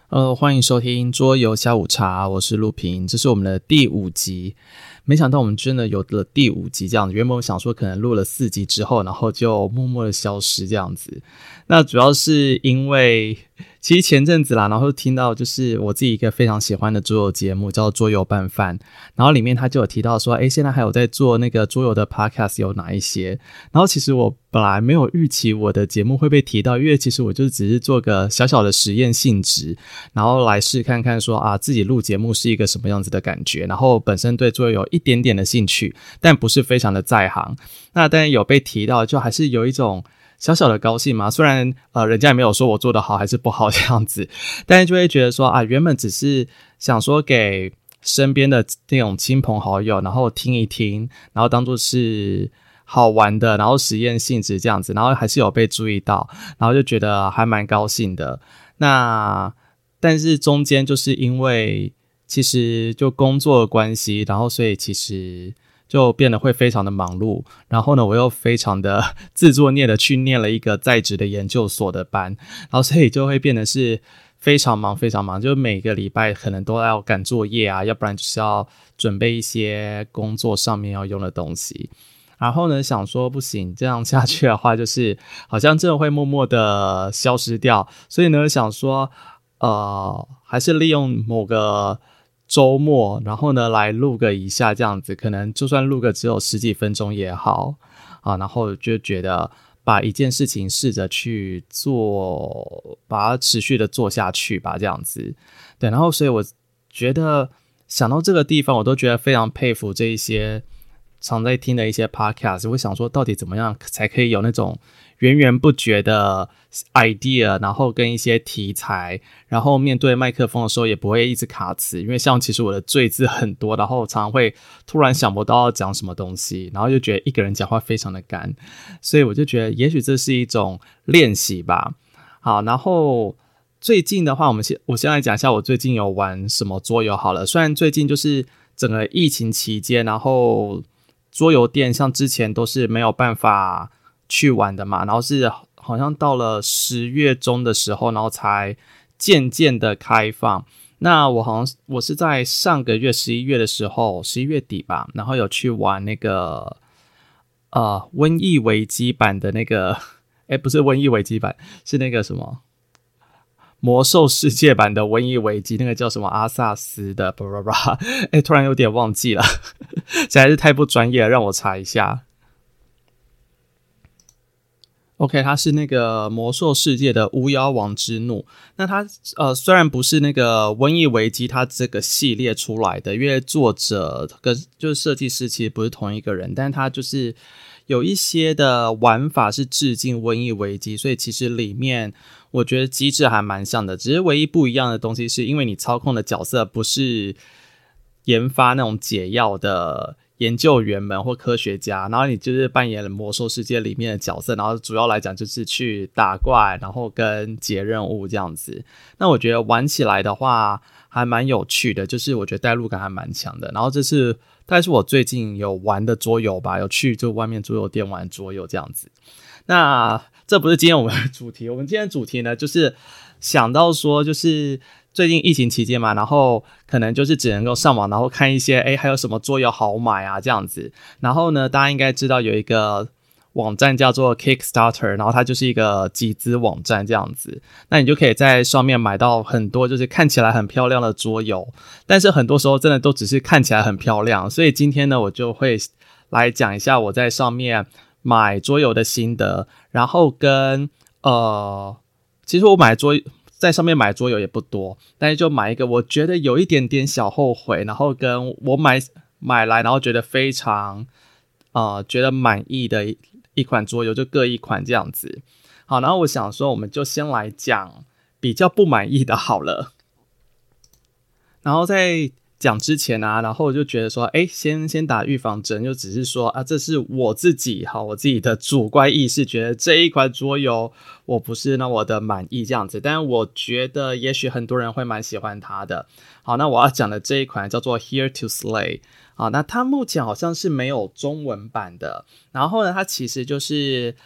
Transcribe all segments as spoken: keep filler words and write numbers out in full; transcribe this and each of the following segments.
呃，欢迎收听桌游下午茶，我是陆平，这是我们的第五集。没想到我们真的有了第五集这样子，原本我想说可能录了四集之后，然后就默默的消失这样子。那主要是因为其实前阵子啦，然后听到就是我自己一个非常喜欢的桌游节目叫做桌游拌饭，然后里面他就有提到说，诶，现在还有在做那个桌游的 podcast 有哪一些，然后其实我本来没有预期我的节目会被提到，因为其实我就只是做个小小的实验性质，然后来试看看说啊自己录节目是一个什么样子的感觉，然后本身对桌游有一点点的兴趣，但不是非常的在行，那但有被提到就还是有一种小小的高兴嘛，虽然呃人家也没有说我做得好还是不好这样子，但是就会觉得说啊原本只是想说给身边的那种亲朋好友然后听一听，然后当作是好玩的，然后实验性质这样子，然后还是有被注意到，然后就觉得还蛮高兴的。那但是中间就是因为其实就工作的关系，然后所以其实就变得会非常的忙碌，然后呢我又非常的自作孽的去念了一个在职的研究所的班，然后所以就会变得是非常忙非常忙，就每个礼拜可能都要赶作业啊，要不然就是要准备一些工作上面要用的东西，然后呢想说不行，这样下去的话就是好像真的会默默的消失掉，所以呢想说呃，还是利用某个周末，然后呢来录个一下这样子，可能就算录个只有十几分钟也好啊，然后就觉得把一件事情试着去做，把它持续的做下去吧这样子。对，然后所以我觉得想到这个地方我都觉得非常佩服这一些常在听的一些 podcast， 我想说到底怎么样才可以有那种源源不绝的 idea， 然后跟一些题材，然后面对麦克风的时候也不会一直卡词，因为像其实我的赘字很多，然后常常会突然想不到要讲什么东西，然后就觉得一个人讲话非常的干，所以我就觉得也许这是一种练习吧。好，然后最近的话我们先我先来讲一下我最近有玩什么桌游好了。虽然最近就是整个疫情期间，然后桌游店像之前都是没有办法去玩的嘛，然后是好像到了十月中的时候，然后才渐渐的开放。那我好像我是在上个月十一月的时候，十一月底吧，然后有去玩那个呃瘟疫危机版的那个，诶不是瘟疫危机版，是那个什么魔兽世界版的瘟疫危机，那个叫什么阿萨斯的，巴拉巴拉，哎，突然有点忘记了，实在是太不专业了，让我查一下。OK， 它是那个魔兽世界的巫妖王之怒。那它呃虽然不是那个瘟疫危机它这个系列出来的，因为作者跟就是设计师其实不是同一个人，但它就是有一些的玩法是致敬瘟疫危机，所以其实里面我觉得机制还蛮像的，只是唯一不一样的东西是因为你操控的角色不是研发那种解药的研究员们或科学家，然后你就是扮演了魔兽世界里面的角色，然后主要来讲就是去打怪然后跟解任务这样子。那我觉得玩起来的话还蛮有趣的，就是我觉得代入感还蛮强的，然后这是大概是我最近有玩的桌游吧，有去就外面桌游店玩桌游这样子。那这不是今天我们的主题，我们今天的主题呢就是想到说就是最近疫情期间嘛，然后可能就是只能够上网然后看一些诶还有什么桌游好买啊这样子。然后呢大家应该知道有一个网站叫做 Kickstarter， 然后它就是一个集资网站这样子，那你就可以在上面买到很多就是看起来很漂亮的桌游，但是很多时候真的都只是看起来很漂亮。所以今天呢我就会来讲一下我在上面买桌游的心得，然后跟呃其实我买桌在上面买桌游也不多，但是就买一个我觉得有一点点小后悔，然后跟我买买来然后觉得非常呃觉得满意的一一款桌游，就各一款这样子。好，然后我想说我们就先来讲比较不满意的好了。然后在讲之前啊，然后我就觉得说诶先先打预防针，就只是说啊这是我自己好我自己的主观意识，觉得这一款桌游我不是那么的满意这样子，但我觉得也许很多人会蛮喜欢它的。好，那我要讲的这一款叫做 Here to Slay， 好，那它目前好像是没有中文版的，然后呢它其实就是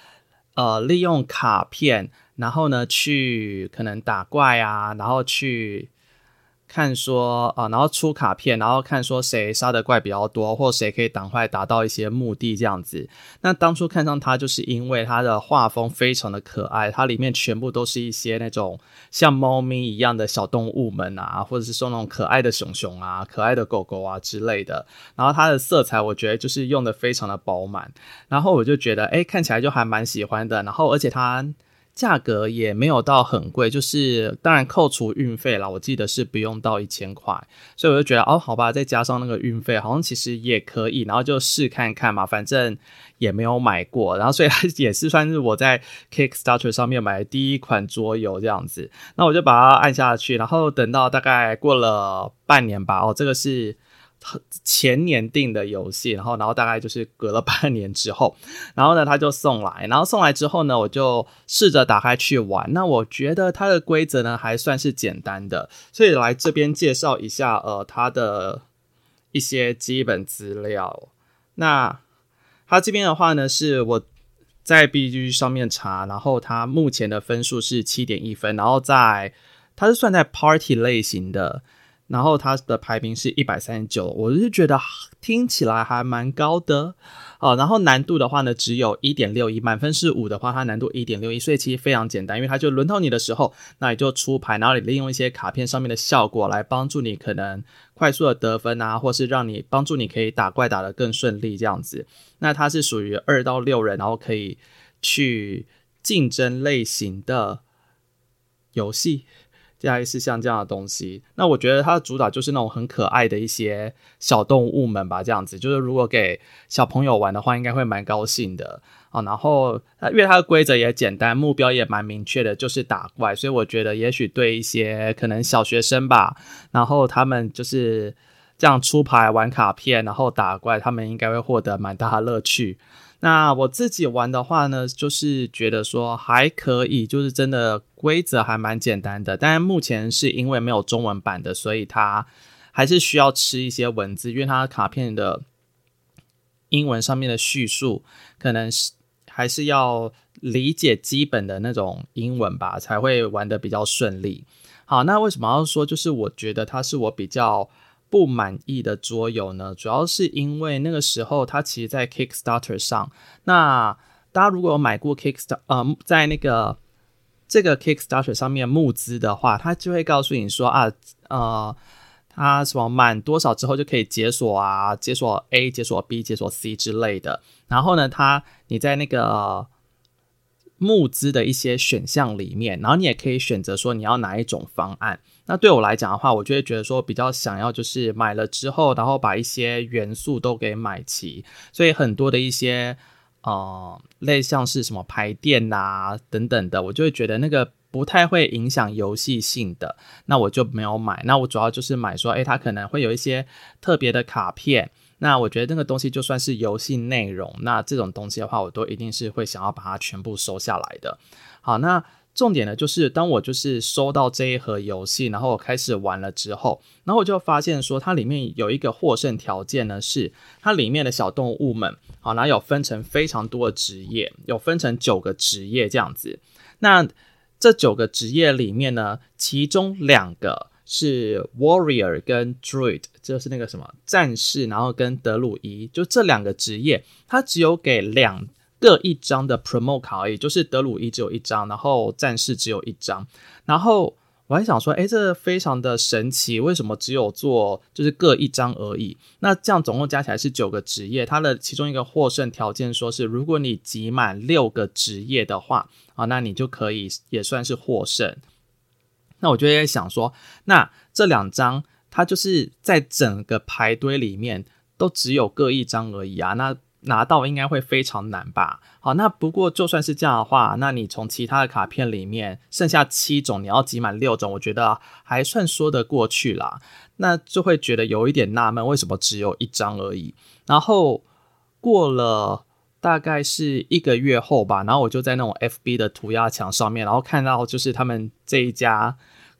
呃利用卡片，然后呢去可能打怪啊，然后去看说啊、呃，然后出卡片，然后看说谁杀的怪比较多，或谁可以赶快达到一些目的这样子。那当初看上它，就是因为它的画风非常的可爱，它里面全部都是一些那种像猫咪一样的小动物们啊，或者是说那种可爱的熊熊啊、可爱的狗狗啊之类的。然后它的色彩，我觉得就是用的非常的饱满，然后我就觉得，哎，看起来就还蛮喜欢的。然后而且它价格也没有到很贵，就是当然扣除运费啦，我记得是不用到一千块，所以我就觉得哦，好吧，再加上那个运费，好像其实也可以，然后就试看看嘛，反正也没有买过，然后所以它也是算是我在 Kickstarter 上面买的第一款桌游这样子，那我就把它按下去，然后等到大概过了半年吧，哦，这个是前年订的游戏，然后然后大概就是隔了半年之后，然后呢他就送来，然后送来之后呢，我就试着打开去玩。那我觉得它的规则呢还算是简单的，所以来这边介绍一下呃它的一些基本资料。那它这边的话呢，是我在 B G G 上面查，然后它目前的分数是 七点一 分，然后在它是算在 Party 类型的。然后它的排名是一百三十九，我就觉得听起来还蛮高的、哦、然后难度的话呢只有 一点六一， 满分是五的话它难度 一点六一， 所以其实非常简单，因为它就轮到你的时候，那你就出牌，然后你利用一些卡片上面的效果来帮助你可能快速的得分啊，或是让你帮助你可以打怪打得更顺利这样子。那它是属于二到六人，然后可以去竞争类型的游戏，大概是像这样的东西。那我觉得它的主打就是那种很可爱的一些小动物们吧，这样子就是如果给小朋友玩的话应该会蛮高兴的、哦、然后因为它的规则也简单，目标也蛮明确的，就是打怪，所以我觉得也许对一些可能小学生吧，然后他们就是这样出牌玩卡片然后打怪，他们应该会获得蛮大的乐趣。那我自己玩的话呢，就是觉得说还可以，就是真的规则还蛮简单的，但目前是因为没有中文版的，所以它还是需要吃一些文字，因为它卡片的英文上面的叙述可能是还是要理解基本的那种英文吧，才会玩得比较顺利。好，那为什么要说就是我觉得它是我比较不满意的桌游呢？主要是因为那个时候它其实在 Kickstarter 上，那大家如果有买过 Kickstarter 呃，在那个这个 Kickstarter 上面募资的话，它就会告诉你说啊呃它什么满多少之后就可以解锁啊，解锁 A 解锁 B 解锁 C 之类的。然后呢它你在那个募资的一些选项里面，然后你也可以选择说你要哪一种方案。那对我来讲的话，我就会觉得说比较想要就是买了之后然后把一些元素都给买齐，所以很多的一些呃类像是什么排店啊等等的，我就会觉得那个不太会影响游戏性的，那我就没有买。那我主要就是买说诶它可能会有一些特别的卡片，那我觉得那个东西就算是游戏内容，那这种东西的话我都一定是会想要把它全部收下来的。好，那重点呢就是当我就是收到这一盒游戏，然后我开始玩了之后，然后我就发现说它里面有一个获胜条件呢，是它里面的小动物们，好，然后有分成非常多的职业，有分成九个职业这样子。那这九个职业里面呢，其中两个是 Warrior 跟 Druid， 就是那个什么战士，然后跟德鲁伊，就这两个职业它只有给两各一张的 promo 卡而已，就是德鲁伊只有一张，然后战士只有一张。然后我还想说诶这非常的神奇，为什么只有做就是各一张而已？那这样总共加起来是九个职业，它的其中一个获胜条件说是如果你集满六个职业的话、啊、那你就可以也算是获胜。那我就在想说那这两张它就是在整个排堆里面都只有各一张而已啊，那拿到应该会非常难吧。好，那不过就算是这样的话，那你从其他的卡片里面剩下七种，你要集满六种，我觉得还算说得过去啦。那就会觉得有一点纳闷，为什么只有一张而已？然后过了大概是一个月后吧，然后我就在那种 F B 的涂鸦墙上面，然后看到就是他们这一家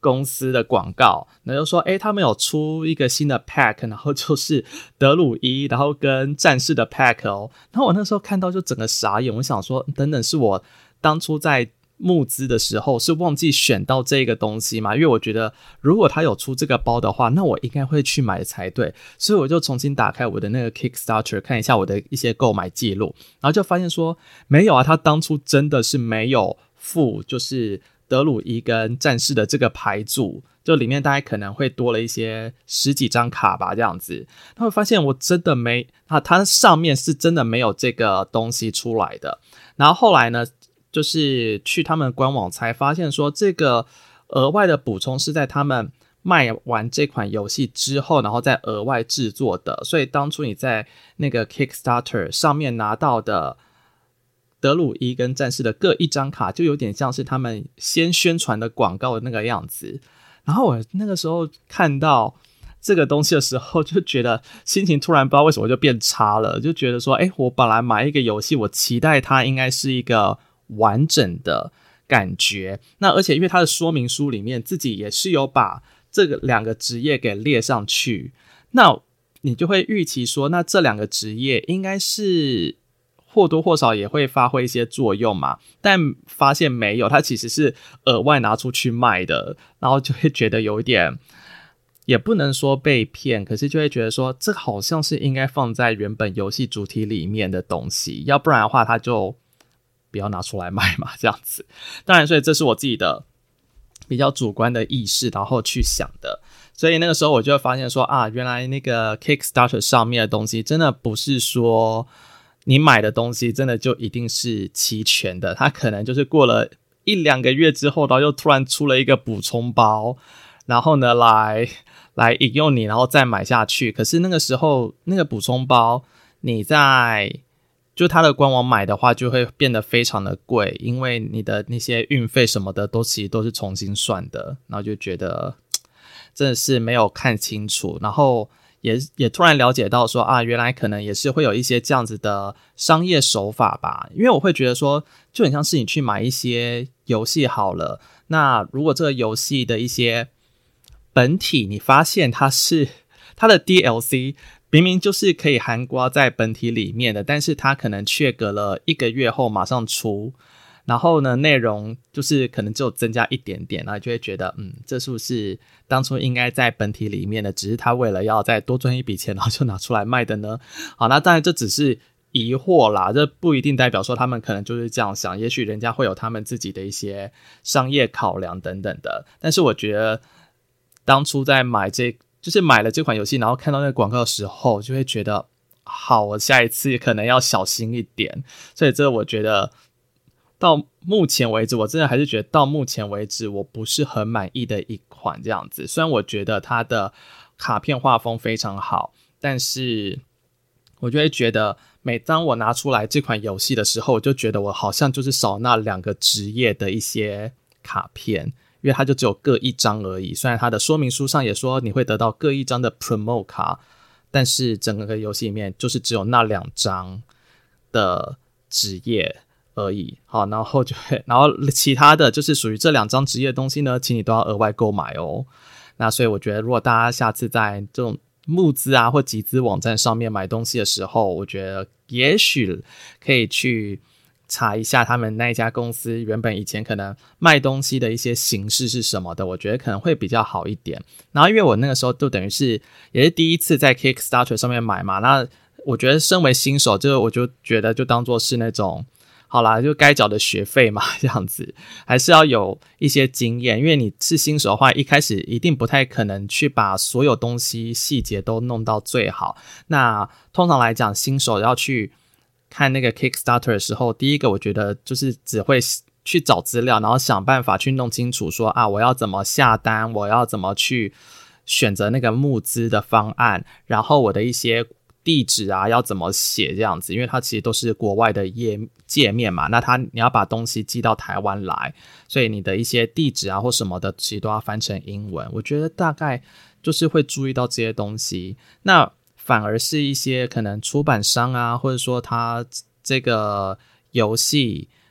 公司的广告，那就说诶他们有出一个新的 pack， 然后就是德鲁伊然后跟战士的 pack 哦，然后我那时候看到就整个傻眼，我想说等等是我当初在募资的时候是忘记选到这个东西嘛？因为我觉得如果他有出这个包的话，那我应该会去买才对，所以我就重新打开我的那个 Kickstarter 看一下我的一些购买记录，然后就发现说没有啊，他当初真的是没有附就是德鲁伊跟战士的这个牌组，就里面大概可能会多了一些十几张卡吧这样子，然后发现我真的没啊，它上面是真的没有这个东西出来的，然后后来呢就是去他们官网才发现说这个额外的补充是在他们卖完这款游戏之后然后再额外制作的，所以当初你在那个 Kickstarter 上面拿到的德鲁伊跟战士的各一张卡就有点像是他们先宣传的广告的那个样子，然后我那个时候看到这个东西的时候就觉得心情突然不知道为什么就变差了，就觉得说诶我本来买一个游戏我期待它应该是一个完整的感觉，那而且因为它的说明书里面自己也是有把这个两个职业给列上去，那你就会预期说那这两个职业应该是或多或少也会发挥一些作用嘛，但发现没有，它其实是额外拿出去卖的，然后就会觉得有一点也不能说被骗，可是就会觉得说这好像是应该放在原本游戏主题里面的东西，要不然的话它就不要拿出来卖嘛，这样子。当然所以这是我自己的比较主观的意识然后去想的，所以那个时候我就会发现说啊，原来那个 Kickstarter 上面的东西真的不是说你买的东西真的就一定是齐全的，它可能就是过了一两个月之后然后又突然出了一个补充包，然后呢来来引诱你然后再买下去，可是那个时候那个补充包你在就它的官网买的话就会变得非常的贵，因为你的那些运费什么的都其实都是重新算的，然后就觉得真的是没有看清楚，然后也也突然了解到说啊，原来可能也是会有一些这样子的商业手法吧，因为我会觉得说就很像是你去买一些游戏好了，那如果这个游戏的一些本体你发现它是它的 D L C明明就是可以含括在本体里面的，但是它可能却隔了一个月后马上出，然后呢内容就是可能只有增加一点点，然后就会觉得嗯，这是不是当初应该在本体里面的，只是他为了要再多赚一笔钱然后就拿出来卖的呢？好，那当然这只是疑惑啦，这不一定代表说他们可能就是这样想，也许人家会有他们自己的一些商业考量等等的，但是我觉得当初在买这就是买了这款游戏然后看到那个广告的时候就会觉得好，我下一次可能要小心一点，所以这我觉得到目前为止我真的还是觉得到目前为止我不是很满意的一款这样子，虽然我觉得它的卡片画风非常好，但是我就会觉得每当我拿出来这款游戏的时候，我就觉得我好像就是少那两个职业的一些卡片，因为它就只有各一张而已，虽然它的说明书上也说你会得到各一张的 promo 卡，但是整个游戏里面就是只有那两张的职业而已。好，然后就会然后其他的就是属于这两张职业的东西呢，请你都要额外购买哦。那所以我觉得如果大家下次在这种募资啊或集资网站上面买东西的时候，我觉得也许可以去查一下他们那一家公司原本以前可能卖东西的一些形式是什么的，我觉得可能会比较好一点。然后因为我那个时候就等于是也是第一次在 Kickstarter 上面买嘛，那我觉得身为新手就我就觉得就当作是那种好啦，就该缴的学费嘛，这样子还是要有一些经验，因为你是新手的话一开始一定不太可能去把所有东西细节都弄到最好，那通常来讲新手要去看那个 Kickstarter 的时候，第一个我觉得就是只会去找资料，然后想办法去弄清楚说啊，我要怎么下单，我要怎么去选择那个募资的方案，然后我的一些地址啊要怎么写这样子，因为它其实都是国外的页界面嘛，那它你要把东西寄到台湾来，所以你的一些地址啊或什么的其实都要翻成英文，我觉得大概就是会注意到这些东西。那反而是一些可能出版商啊，或者说他这个游戏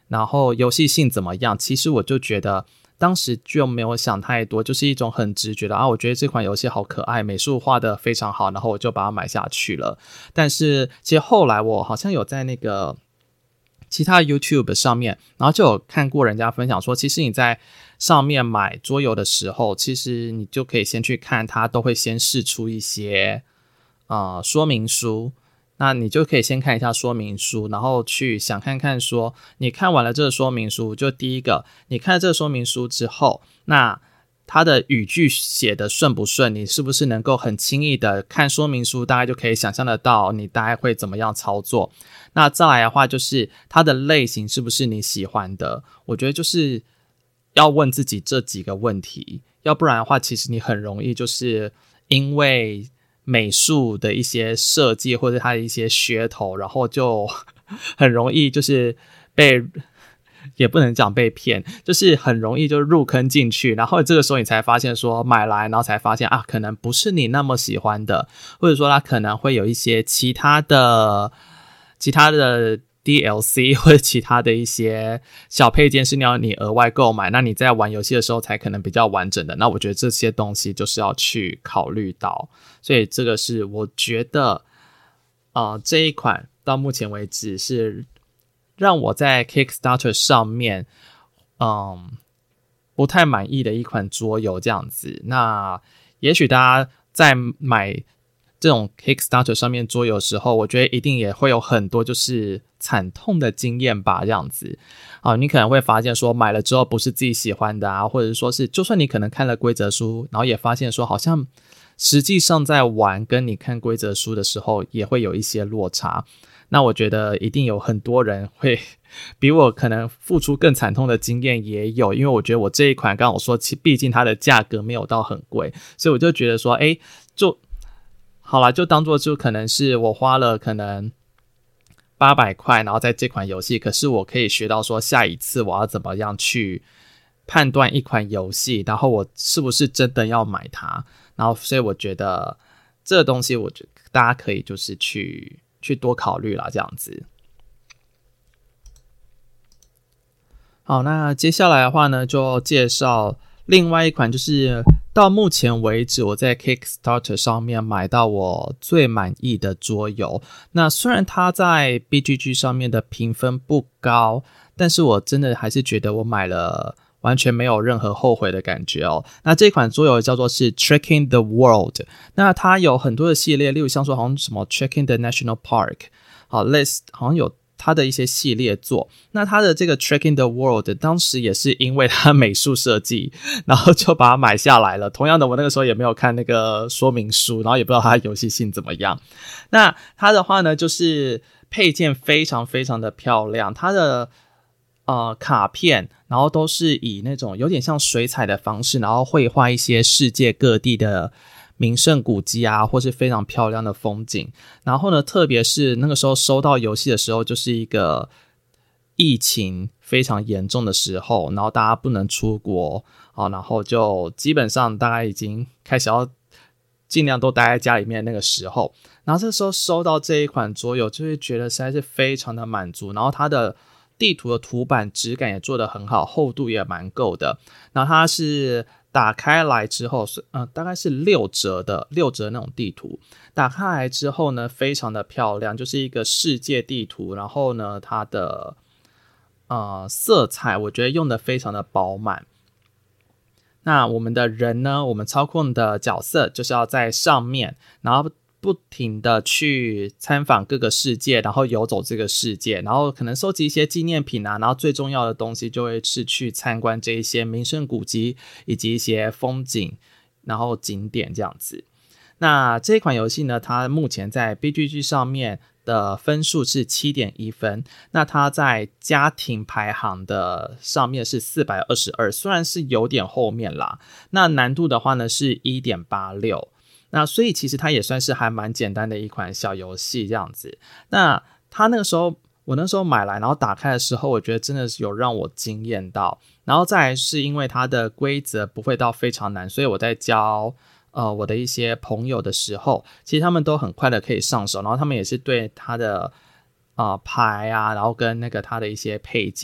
然后游戏性怎么样，其实我就觉得当时就没有想太多，就是一种很直觉的啊，我觉得这款游戏好可爱，美术画得非常好，然后我就把它买下去了。但是其实后来我好像有在那个其他 YouTube 上面，然后就有看过人家分享说，其实你在上面买桌游的时候，其实你就可以先去看，它都会先释出一些呃说明书，那你就可以先看一下说明书，然后去想看看说，你看完了这个说明书，就第一个，你看了这个说明书之后，那它的语句写的顺不顺，你是不是能够很轻易的看说明书，大概就可以想象得到你大概会怎么样操作。那再来的话，就是它的类型是不是你喜欢的，我觉得就是要问自己这几个问题，要不然的话其实你很容易就是因为美术的一些设计或者它的一些噱头，然后就很容易就是被，也不能讲被骗，就是很容易就入坑进去，然后这个时候你才发现说买来，然后才发现啊，可能不是你那么喜欢的，或者说它可能会有一些其他的其他的 D L C 或者其他的一些小配件是要你额外购买，那你在玩游戏的时候才可能比较完整的，那我觉得这些东西就是要去考虑到，所以这个是我觉得呃，这一款到目前为止是让我在 Kickstarter 上面嗯不太满意的一款桌游这样子。那也许大家在买这种 Kickstarter 上面桌游的时候，我觉得一定也会有很多就是惨痛的经验吧，这样子啊，你可能会发现说买了之后不是自己喜欢的啊，或者说是就算你可能看了规则书，然后也发现说好像实际上在玩跟你看规则书的时候也会有一些落差。那我觉得一定有很多人会比我可能付出更惨痛的经验也有，因为我觉得我这一款刚刚我说其毕竟它的价格没有到很贵，所以我就觉得说诶就好啦，就当做就可能是我花了可能八百块，然后在这款游戏，可是我可以学到说下一次我要怎么样去判断一款游戏，然后我是不是真的要买它，然后所以我觉得这个东西我觉得大家可以就是去去多考虑啦，这样子。好，那接下来的话呢，就介绍另外一款，就是到目前为止我在 Kickstarter 上面买到我最满意的桌游。那虽然它在 B G G 上面的评分不高，但是我真的还是觉得我买了完全没有任何后悔的感觉哦。那这款桌游叫做是 Trekking the World， 那它有很多的系列，例如像说好像什么 Trekking the National Park， 好类似好像有它的一些系列作。那它的这个 Trekking the World 当时也是因为它美术设计，然后就把它买下来了。同样的，我那个时候也没有看那个说明书，然后也不知道它的游戏性怎么样。那它的话呢，就是配件非常非常的漂亮，它的呃卡片，然后都是以那种有点像水彩的方式，然后绘画一些世界各地的名胜古迹啊，或是非常漂亮的风景。然后呢，特别是那个时候收到游戏的时候，就是一个疫情非常严重的时候，然后大家不能出国啊，然后就基本上大概已经开始要尽量都待在家里面那个时候，然后这时候收到这一款桌游，就会觉得实在是非常的满足。然后它的地图的图版质感也做得很好，厚度也蛮够的。然后它是打开来之后，呃，大概是六折的六折那种地图，打开来之后呢，非常的漂亮，就是一个世界地图。然后呢，它的呃色彩我觉得用的非常的饱满。那我们的人呢，我们操控的角色就是要在上面，然后不停的去参访各个世界，然后游走这个世界，然后可能收集一些纪念品啊，然后最重要的东西就会是去参观这一些名胜古迹以及一些风景，然后景点这样子。那这一款游戏呢，它目前在 B G G 上面的分数是 七点一 分，那它在家庭排行的上面是四百二十二，虽然是有点后面啦。那难度的话呢是 一点八六，那所以其实它也算是还蛮简单的一款小游戏这样子。那它那个时候我那时候买来，然后打开的时候，我觉得真的是有让我惊艳到。然后再来是因为它的规则不会到非常难，所以我在教呃我的一些朋友的时候，其实他们都很快的可以上手，然后他们也是对它的呃牌啊，然后跟那个它的一些配件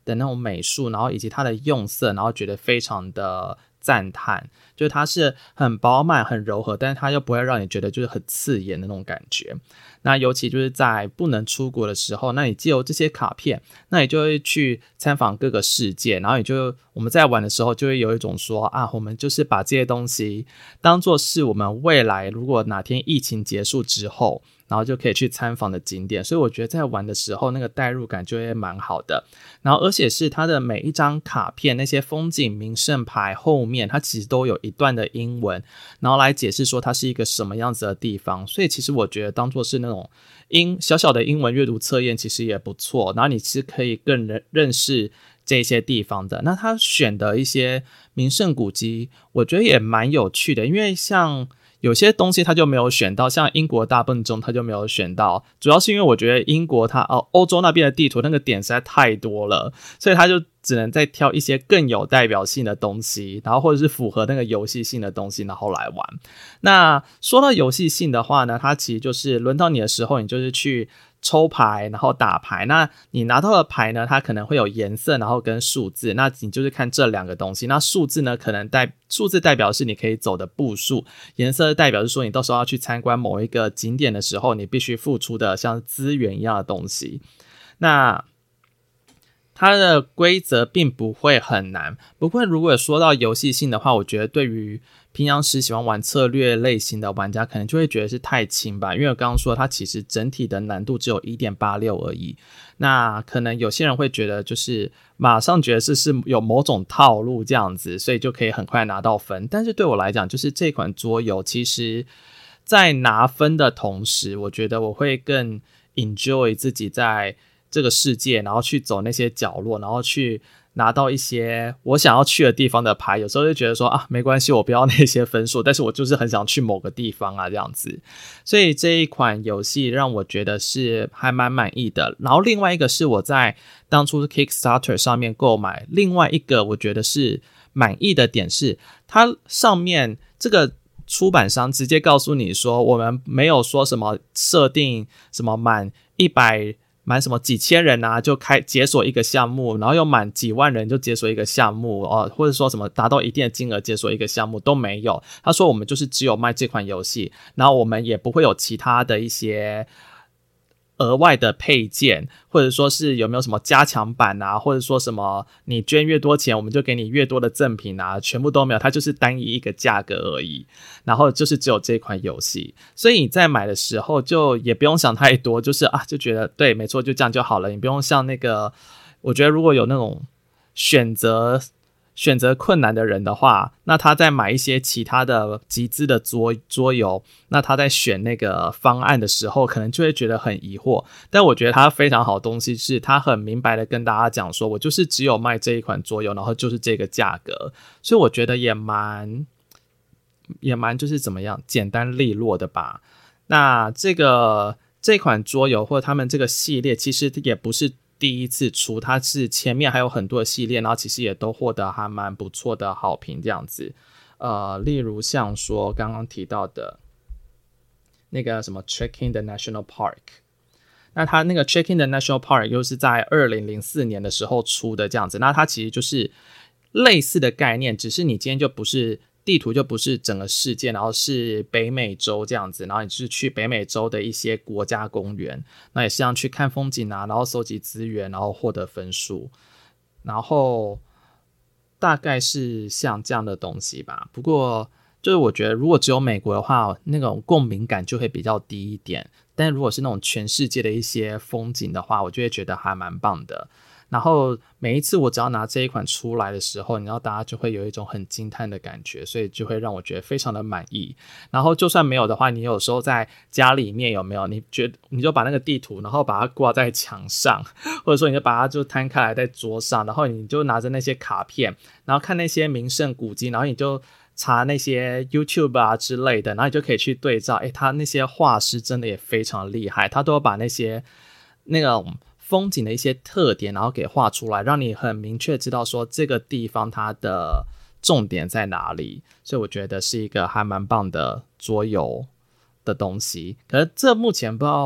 的那种美术，然后以及它的用色，然后觉得非常的赞叹，就是它是很饱满很柔和，但是它又不会让你觉得就是很刺眼的那种感觉。那尤其就是在不能出国的时候，那你藉由这些卡片，那你就会去参访各个世界，然后你就我们在玩的时候就会有一种说啊，我们就是把这些东西当作是我们未来如果哪天疫情结束之后，然后就可以去参访的景点，所以我觉得在玩的时候那个代入感就会蛮好的。然后而且是它的每一张卡片那些风景名胜牌后面它其实都有一段的英文，然后来解释说它是一个什么样子的地方，所以其实我觉得当作是那种英小小的英文阅读测验其实也不错，然后你是可以更认识这些地方的。那他选的一些名胜古迹我觉得也蛮有趣的，因为像有些东西他就没有选到，像英国大笨钟他就没有选到，主要是因为我觉得英国它哦欧洲那边的地图那个点实在太多了，所以他就只能再挑一些更有代表性的东西，然后或者是符合那个游戏性的东西然后来玩。那说到游戏性的话呢，它其实就是轮到你的时候你就是去抽牌然后打牌，那你拿到的牌呢它可能会有颜色然后跟数字，那你就是看这两个东西，那数字呢可能代数字代表是你可以走的步数，颜色代表是说你到时候要去参观某一个景点的时候你必须付出的像资源一样的东西。那它的规则并不会很难，不过如果说到游戏性的话，我觉得对于平常时喜欢玩策略类型的玩家可能就会觉得是太轻吧，因为我刚刚说它其实整体的难度只有 一点八六 而已，那可能有些人会觉得就是马上觉得是是有某种套路这样子，所以就可以很快拿到分。但是对我来讲就是这款桌游其实在拿分的同时，我觉得我会更 enjoy 自己在这个世界，然后去走那些角落，然后去拿到一些我想要去的地方的牌，有时候就觉得说啊，没关系，我不要那些分数，但是我就是很想去某个地方啊这样子。所以这一款游戏让我觉得是还蛮满意的。然后另外一个是我在当初 Kickstarter 上面购买，另外一个我觉得是满意的点是它上面这个出版商直接告诉你说，我们没有说什么设定什么满一百满什么几千人啊就开解锁一个项目，然后又满几万人就解锁一个项目、哦、或者说什么达到一定的金额解锁一个项目都没有。他说我们就是只有卖这款游戏，然后我们也不会有其他的一些额外的配件，或者说是有没有什么加强版啊，或者说什么你捐越多钱我们就给你越多的赠品啊，全部都没有，它就是单一一个价格而已，然后就是只有这款游戏。所以你在买的时候就也不用想太多，就是啊就觉得对没错就这样就好了，你不用像那个我觉得如果有那种选择选择困难的人的话，那他在买一些其他的集资的 桌, 桌游，那他在选那个方案的时候可能就会觉得很疑惑。但我觉得他非常好的东西是他很明白的跟大家讲说，我就是只有卖这一款桌游，然后就是这个价格，所以我觉得也蛮也蛮就是怎么样简单利落的吧。那这个这款桌游或者他们这个系列其实也不是第一次出，它是前面还有很多的系列，然后其实也都获得还蛮不错的好评这样子。呃，例如像说刚刚提到的那个什么 Trekking the National Park， 那它那个 Trekking the National Park 又是在二零零四年的时候出的这样子，那它其实就是类似的概念，只是你今天就不是地图就不是整个世界，然后是北美洲这样子，然后你就是去北美洲的一些国家公园，那也是像去看风景啊，然后搜集资源，然后获得分数，然后大概是像这样的东西吧。不过就是我觉得如果只有美国的话，那种共鸣感就会比较低一点，但如果是那种全世界的一些风景的话，我就会觉得还蛮棒的。然后每一次我只要拿这一款出来的时候，你知道大家就会有一种很惊叹的感觉，所以就会让我觉得非常的满意。然后就算没有的话，你有时候在家里面有没有你觉得你就把那个地图然后把它挂在墙上，或者说你就把它就摊开来在桌上，然后你就拿着那些卡片，然后看那些名胜古迹，然后你就查那些 YouTube 啊之类的，然后你就可以去对照，诶，他那些画师真的也非常厉害，他都有把那些那种风景的一些特点然后给画出来，让你很明确知道说这个地方它的重点在哪里，所以我觉得是一个还蛮棒的桌游的东西。可是这目前不知道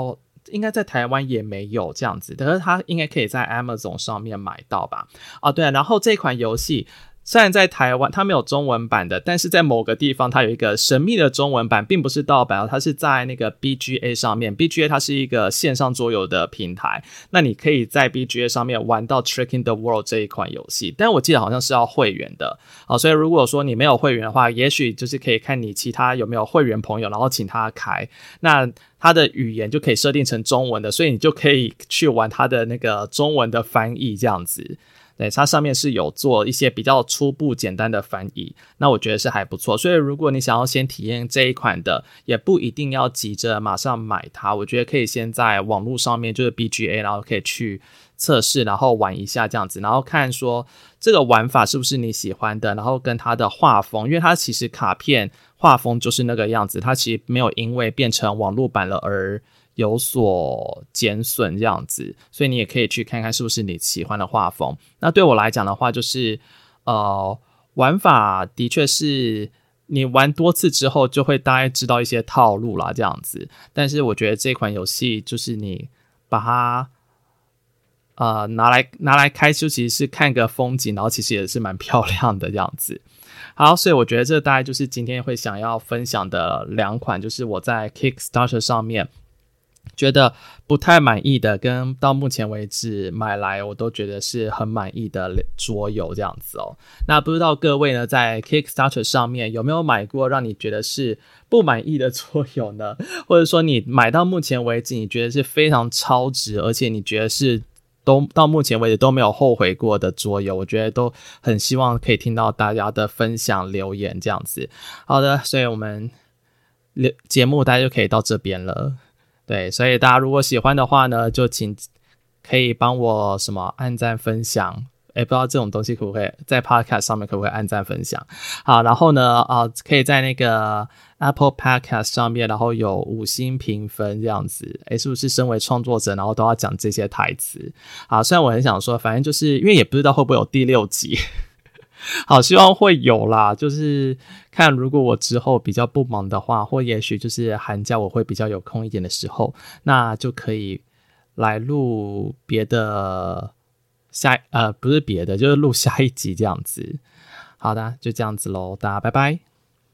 应该在台湾也没有这样子，可是它应该可以在 Amazon 上面买到吧。啊，对，然后这款游戏虽然在台湾它没有中文版的，但是在某个地方它有一个神秘的中文版，并不是盗版，它是在那个 B G A 上面。 B G A 它是一个线上桌游的平台，那你可以在 B G A 上面玩到 Tricking the World 这一款游戏，但我记得好像是要会员的、啊、所以如果说你没有会员的话，也许就是可以看你其他有没有会员朋友，然后请他开，那它的语言就可以设定成中文的，所以你就可以去玩它的那个中文的翻译这样子。对，它上面是有做一些比较初步简单的翻译，那我觉得是还不错。所以如果你想要先体验这一款的，也不一定要急着马上买它，我觉得可以先在网络上面就是 B G A， 然后可以去测试，然后玩一下这样子，然后看说这个玩法是不是你喜欢的，然后跟它的画风，因为它其实卡片画风就是那个样子，它其实没有因为变成网络版了而有所减损这样子，所以你也可以去看看是不是你喜欢的画风。那对我来讲的话，就是呃，玩法的确是你玩多次之后就会大概知道一些套路啦这样子，但是我觉得这款游戏就是你把它呃拿来拿来开就其实是看个风景，然后其实也是蛮漂亮的这样子。好，所以我觉得这大概就是今天会想要分享的两款，就是我在 Kickstarter 上面觉得不太满意的，跟到目前为止买来我都觉得是很满意的桌游这样子哦。那不知道各位呢，在 Kickstarter 上面有没有买过让你觉得是不满意的桌游呢？或者说你买到目前为止你觉得是非常超值，而且你觉得是都到目前为止都没有后悔过的桌游，我觉得都很希望可以听到大家的分享留言这样子。好的，所以我们节目大家就可以到这边了。对，所以大家如果喜欢的话呢，就请可以帮我什么按赞分享，诶，不知道这种东西可不可以在 podcast 上面可不可以按赞分享。好，然后呢呃，可以在那个 Apple Podcast 上面然后有五星评分这样子。诶，是不是身为创作者然后都要讲这些台词。好，虽然我很想说反正就是因为也不知道会不会有第六集好，希望会有啦，就是看如果我之后比较不忙的话，或也许就是寒假我会比较有空一点的时候，那就可以来录别的下呃不是别的，就是录下一集这样子。好的，就这样子咯，大家拜拜。